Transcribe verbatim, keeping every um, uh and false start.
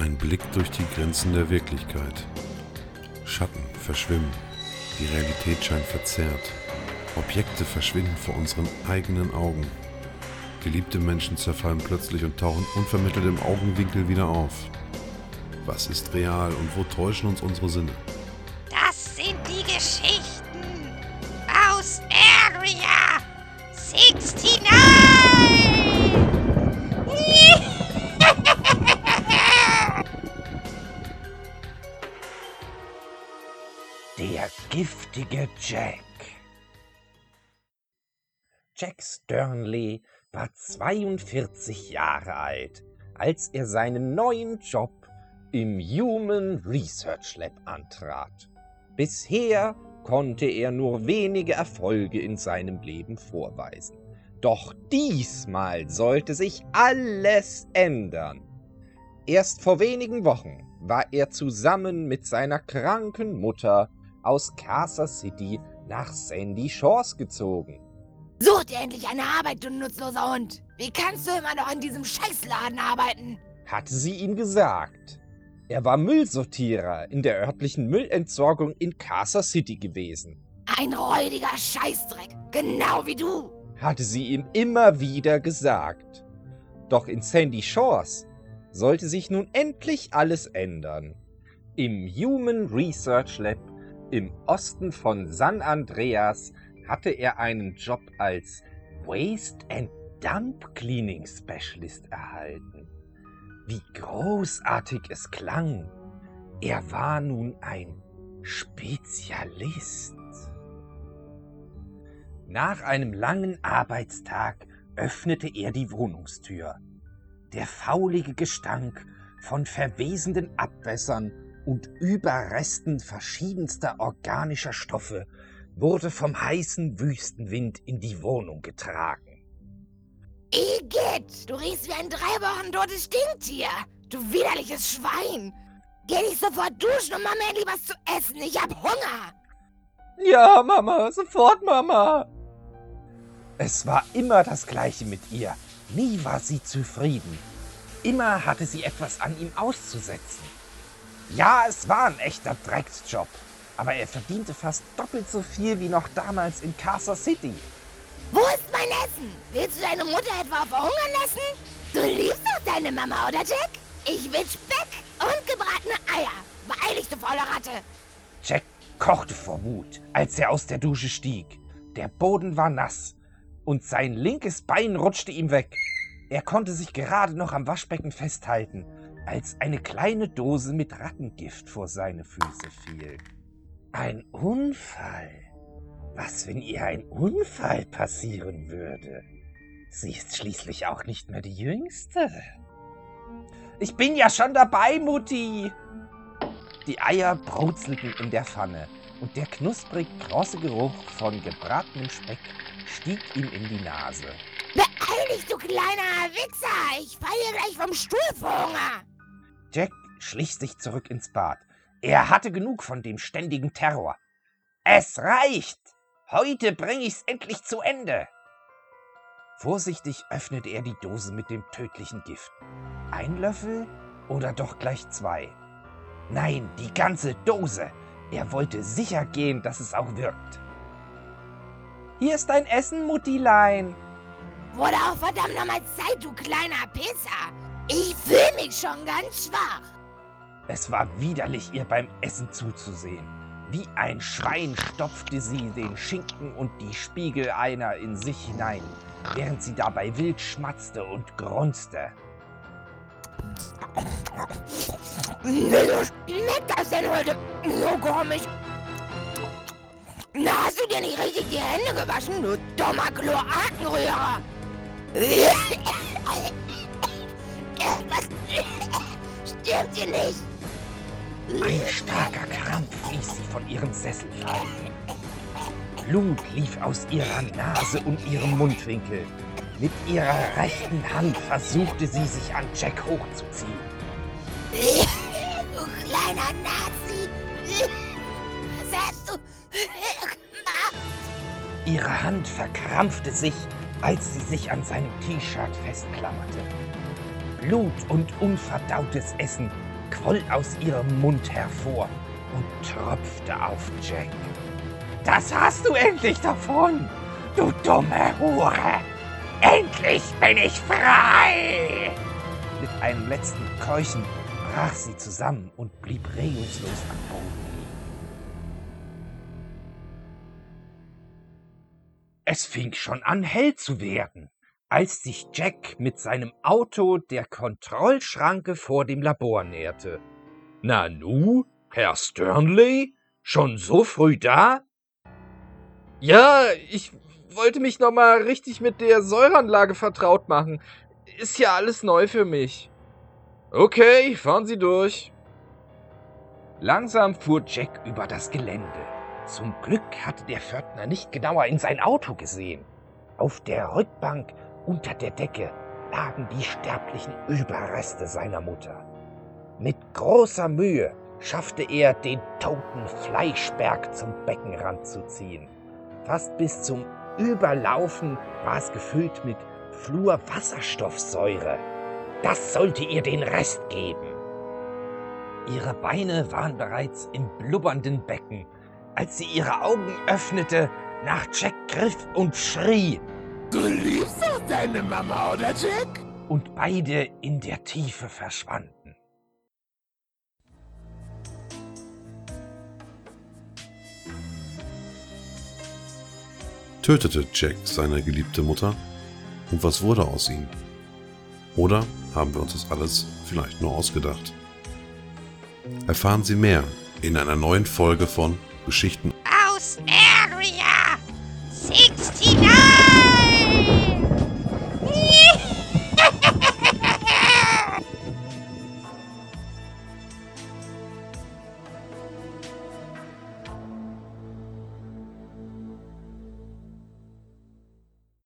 Ein Blick durch die Grenzen der Wirklichkeit. Schatten verschwimmen. Die Realität scheint verzerrt. Objekte verschwinden vor unseren eigenen Augen. Geliebte Menschen zerfallen plötzlich und tauchen unvermittelt im Augenwinkel wieder auf. Was ist real und wo täuschen uns unsere Sinne? Das sind die Geschichten aus Area neunundsechzig! Der giftige Jack. Jack Sternley war zweiundvierzig Jahre alt, als er seinen neuen Job im Human Research Lab antrat. Bisher konnte er nur wenige Erfolge in seinem Leben vorweisen. Doch diesmal sollte sich alles ändern. Erst vor wenigen Wochen war er zusammen mit seiner kranken Mutter aus Kansas City nach Sandy Shores gezogen. Such dir endlich eine Arbeit, du nutzloser Hund! Wie kannst du immer noch in diesem Scheißladen arbeiten? Hatte sie ihm gesagt. Er war Müllsortierer in der örtlichen Müllentsorgung in Kansas City gewesen. Ein räudiger Scheißdreck, genau wie du! Hatte sie ihm immer wieder gesagt. Doch in Sandy Shores sollte sich nun endlich alles ändern. Im Human Research Lab im Osten von San Andreas hatte er einen Job als Waste and Dump Cleaning Specialist erhalten. Wie großartig es klang. Er war nun ein Spezialist. Nach einem langen Arbeitstag öffnete er die Wohnungstür. Der faulige Gestank von verwesenden Abwässern und Überresten verschiedenster organischer Stoffe wurde vom heißen Wüstenwind in die Wohnung getragen. Igitt, du riechst wie ein drei Wochen totes Stinktier! Du widerliches Schwein! Geh dich sofort duschen und mach mir endlich was zu essen, ich hab Hunger! Ja, Mama, sofort, Mama! Es war immer das Gleiche mit ihr. Nie war sie zufrieden. Immer hatte sie etwas an ihm auszusetzen. Ja, es war ein echter Drecksjob, aber er verdiente fast doppelt so viel wie noch damals in Kansas City. Wo ist mein Essen? Willst du deine Mutter etwa verhungern lassen? Du liebst doch deine Mama, oder Jack? Ich will Speck und gebratene Eier. Beeil dich, du faule Ratte! Jack kochte vor Wut, als er aus der Dusche stieg. Der Boden war nass und sein linkes Bein rutschte ihm weg. Er konnte sich gerade noch am Waschbecken festhalten, als eine kleine Dose mit Rattengift vor seine Füße fiel. Ein Unfall. Was, wenn ihr ein Unfall passieren würde? Sie ist schließlich auch nicht mehr die Jüngste. Ich bin ja schon dabei, Mutti! Die Eier brutzelten in der Pfanne und der knusprig krosse Geruch von gebratenem Speck stieg ihm in die Nase. Beeil dich, du kleiner Wichser! Ich falle gleich vom Stuhl vor Hunger! Jack schlich sich zurück ins Bad. Er hatte genug von dem ständigen Terror. Es reicht! Heute bringe ich's endlich zu Ende! Vorsichtig öffnete er die Dose mit dem tödlichen Gift. Ein Löffel oder doch gleich zwei? Nein, die ganze Dose! Er wollte sicher gehen, dass es auch wirkt. Hier ist dein Essen, Muttilein! Wurde auch verdammt nochmal Zeit, du kleiner Pisser! Ich fühle mich schon ganz schwach! Es war widerlich, ihr beim Essen zuzusehen. Wie ein Schwein stopfte sie den Schinken und die Spiegeleier in sich hinein, während sie dabei wild schmatzte und grunzte. Wieso schmeckt das denn heute so komisch? Na, hast du dir nicht richtig die Hände gewaschen, du dummer Kloakenrührer? Was? Stirbt ihr nicht? Ein starker Krampf ließ sie von ihrem Sessel fallen. Blut lief aus ihrer Nase und ihrem Mundwinkel. Mit ihrer rechten Hand versuchte sie, sich an Jack hochzuziehen. Du kleiner Nazi! Was hast du gemacht? Ihre Hand verkrampfte sich, als sie sich an seinem T-Shirt festklammerte. Blut und unverdautes Essen quoll aus ihrem Mund hervor und tropfte auf Jack. »Das hast du endlich davon, du dumme Hure! Endlich bin ich frei!« Mit einem letzten Keuchen brach sie zusammen und blieb regungslos am Boden liegen. Es fing schon an, hell zu werden, als sich Jack mit seinem Auto der Kontrollschranke vor dem Labor näherte. »Nanu, Herr Sternley? Schon so früh da?« »Ja, ich wollte mich noch mal richtig mit der Säureanlage vertraut machen. Ist ja alles neu für mich.« »Okay, fahren Sie durch.« Langsam fuhr Jack über das Gelände. Zum Glück hatte der Pförtner nicht genauer in sein Auto gesehen. Auf der Rückbank unter der Decke lagen die sterblichen Überreste seiner Mutter. Mit großer Mühe schaffte er, den toten Fleischberg zum Beckenrand zu ziehen. Fast bis zum Überlaufen war es gefüllt mit Fluorwasserstoffsäure. Das sollte ihr den Rest geben. Ihre Beine waren bereits im blubbernden Becken, als sie ihre Augen öffnete, nach Jack griff und schrie. »Du liebst doch deine Mama, oder Jack?« Und beide in der Tiefe verschwanden. Tötete Jack seine geliebte Mutter? Und was wurde aus ihm? Oder haben wir uns das alles vielleicht nur ausgedacht? Erfahren Sie mehr in einer neuen Folge von Geschichten aus Area sechsundsiebzig.